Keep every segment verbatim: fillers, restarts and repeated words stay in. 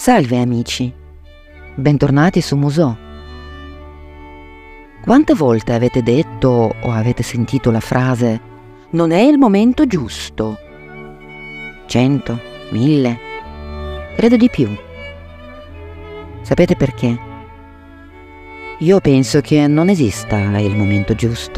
Salve amici, bentornati su Musò. Quante volte avete detto o avete sentito la frase "non è il momento giusto"? Cento? Mille? Credo di più. Sapete perché? Io penso che non esista il momento giusto.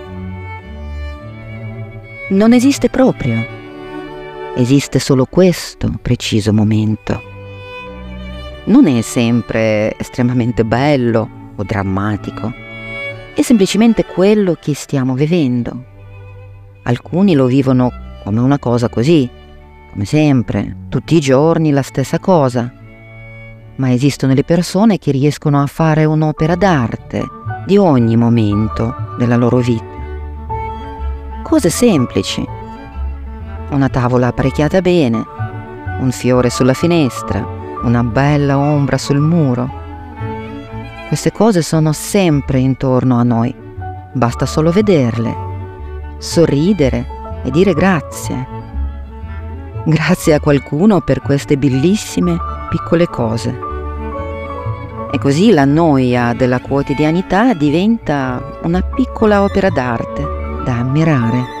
Non esiste proprio. Esiste solo questo preciso momento. Non è sempre estremamente bello o drammatico, è semplicemente quello che stiamo vivendo. Alcuni lo vivono come una cosa così, come sempre, tutti i giorni la stessa cosa, ma esistono le persone che riescono a fare un'opera d'arte di ogni momento della loro vita. Cose semplici: una tavola apparecchiata bene, un fiore sulla finestra, una bella ombra sul muro. Queste cose sono sempre intorno a noi, basta solo vederle, sorridere e dire grazie. Grazie a qualcuno per queste bellissime piccole cose. E così la noia della quotidianità diventa una piccola opera d'arte da ammirare.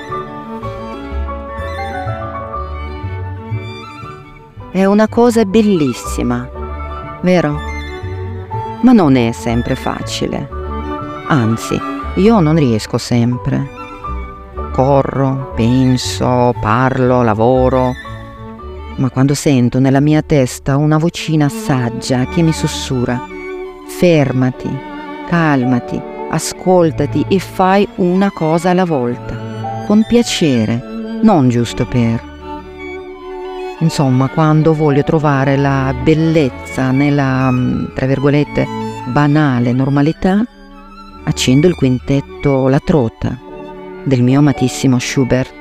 È una cosa bellissima, vero? Ma non è sempre facile. Anzi, io non riesco sempre. Corro, penso, parlo, lavoro, ma quando sento nella mia testa una vocina saggia che mi sussurra: fermati, calmati, ascoltati e fai una cosa alla volta, con piacere, non giusto per. Insomma, quando voglio trovare la bellezza nella, tra virgolette, banale normalità, accendo il quintetto La Trota del mio amatissimo Schubert.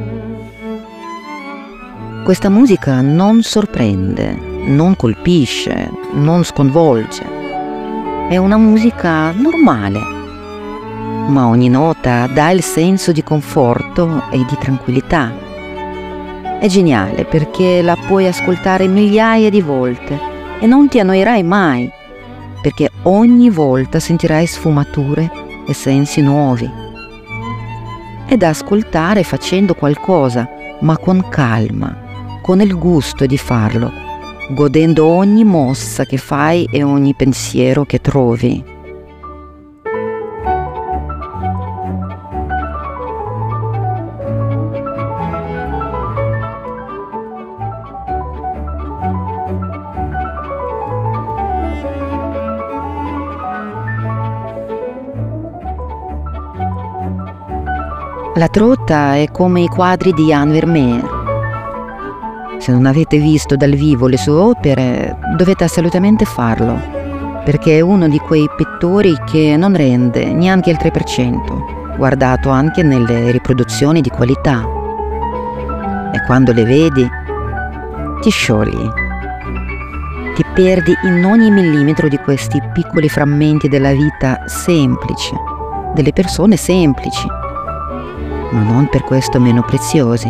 Questa musica non sorprende, non colpisce, non sconvolge. È una musica normale, ma ogni nota dà il senso di conforto e di tranquillità. È geniale perché la puoi ascoltare migliaia di volte e non ti annoierai mai, perché ogni volta sentirai sfumature e sensi nuovi. È da ascoltare facendo qualcosa, ma con calma, con il gusto di farlo, godendo ogni mossa che fai e ogni pensiero che trovi. La Trota è come i quadri di Jan Vermeer. Se non avete visto dal vivo le sue opere, dovete assolutamente farlo, perché è uno di quei pittori che non rende neanche il tre per cento, guardato anche nelle riproduzioni di qualità. E quando le vedi, ti sciogli. Ti perdi in ogni millimetro di questi piccoli frammenti della vita semplice, delle persone semplici, ma non per questo meno preziosi.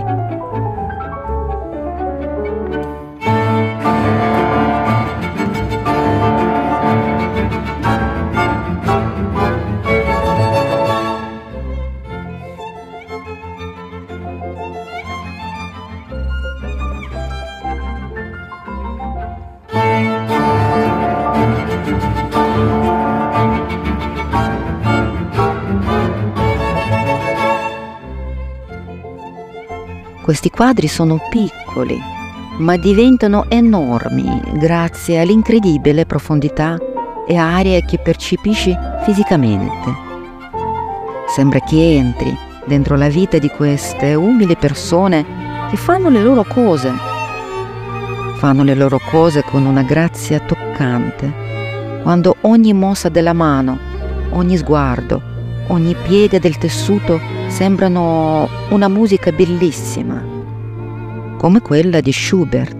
Questi quadri sono piccoli, ma diventano enormi grazie all'incredibile profondità e aria che percepisci fisicamente. Sembra che entri dentro la vita di queste umili persone che fanno le loro cose. Fanno le loro cose con una grazia toccante, quando ogni mossa della mano, ogni sguardo, ogni piega del tessuto sembrano una musica bellissima, come quella di Schubert.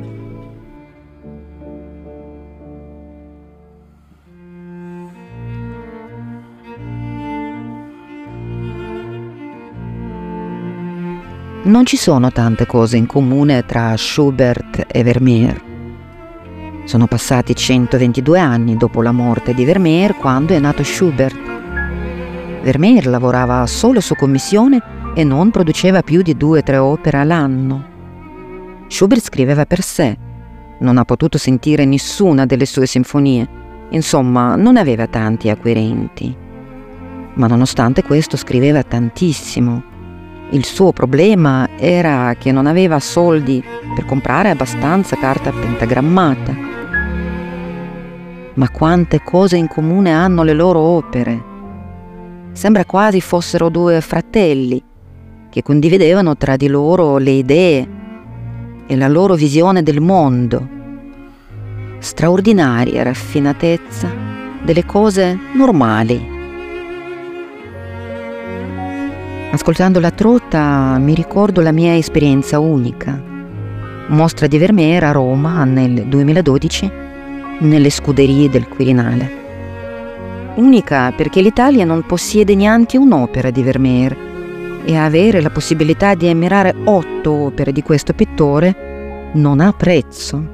Non ci sono tante cose in comune tra Schubert e Vermeer. Sono passati centoventidue anni dopo la morte di Vermeer quando è nato Schubert. Vermeer lavorava solo su commissione e non produceva più di due o tre opere all'anno. Schubert scriveva per sé, non ha potuto sentire nessuna delle sue sinfonie, insomma non aveva tanti acquirenti. Ma nonostante questo scriveva tantissimo. Il suo problema era che non aveva soldi per comprare abbastanza carta pentagrammata. Ma quante cose in comune hanno le loro opere! Sembra quasi fossero due fratelli che condividevano tra di loro le idee e la loro visione del mondo. Straordinaria raffinatezza delle cose normali. Ascoltando La Trota mi ricordo la mia esperienza unica. Mostra di Vermeer a Roma nel duemiladodici nelle scuderie del Quirinale. Unica perché l'Italia non possiede neanche un'opera di Vermeer e avere la possibilità di ammirare otto opere di questo pittore non ha prezzo.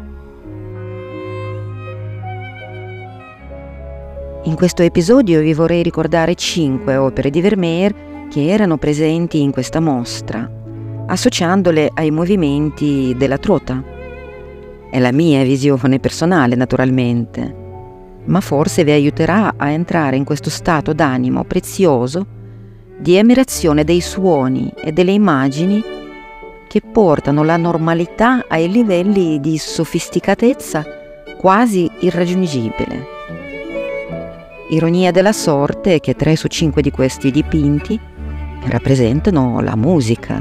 In questo episodio vi vorrei ricordare cinque opere di Vermeer che erano presenti in questa mostra, associandole ai movimenti della Trota. È la mia visione personale, naturalmente, ma forse vi aiuterà a entrare in questo stato d'animo prezioso di ammirazione dei suoni e delle immagini che portano la normalità ai livelli di sofisticatezza quasi irraggiungibile. Ironia della sorte è che tre su cinque di questi dipinti rappresentano la musica.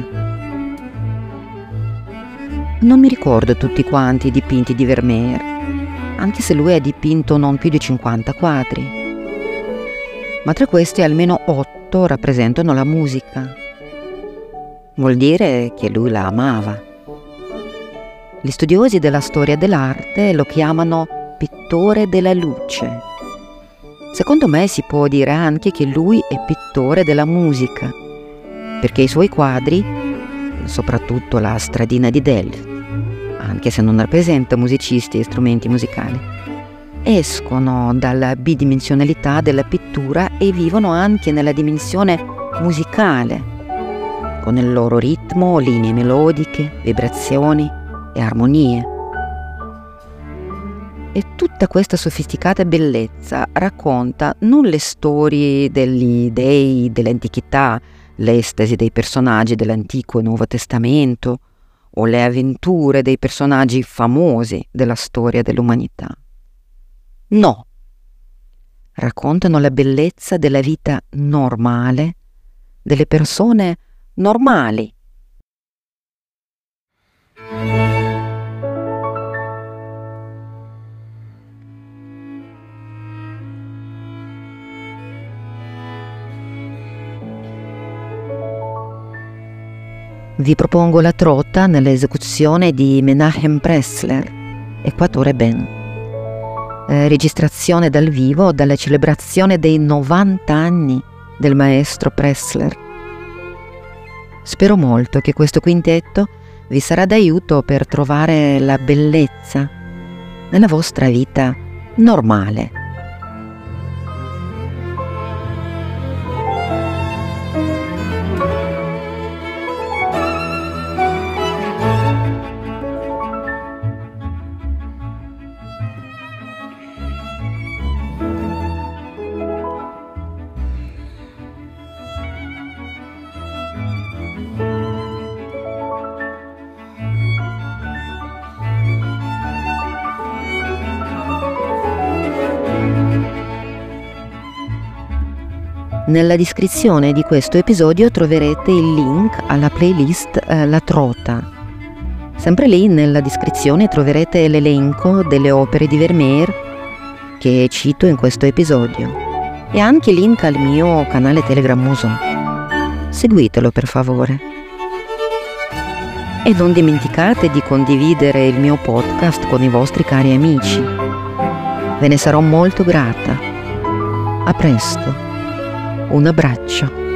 Non mi ricordo tutti quanti i dipinti di Vermeer, anche se lui ha dipinto non più di cinquanta quadri. Ma tra questi almeno otto rappresentano la musica. Vuol dire che lui la amava. Gli studiosi della storia dell'arte lo chiamano pittore della luce. Secondo me si può dire anche che lui è pittore della musica, perché i suoi quadri, soprattutto la Stradina di Delft, anche se non rappresenta musicisti e strumenti musicali, escono dalla bidimensionalità della pittura e vivono anche nella dimensione musicale, con il loro ritmo, linee melodiche, vibrazioni e armonie. E tutta questa sofisticata bellezza racconta non le storie degli dei dell'antichità, l'estasi dei personaggi dell'Antico e Nuovo Testamento o le avventure dei personaggi famosi della storia dell'umanità. No, raccontano la bellezza della vita normale, delle persone normali. Vi propongo La Trota nell'esecuzione di Menachem Pressler e Quatuor Ben. Eh, registrazione dal vivo dalla celebrazione dei novanta anni del maestro Pressler. Spero molto che questo quintetto vi sarà d'aiuto per trovare la bellezza nella vostra vita normale. Nella descrizione di questo episodio troverete il link alla playlist eh, La Trota. Sempre lì nella descrizione troverete l'elenco delle opere di Vermeer che cito in questo episodio e anche il link al mio canale Telegram Muso. Seguitelo per favore. E non dimenticate di condividere il mio podcast con i vostri cari amici. Ve ne sarò molto grata. A presto. Un abbraccio.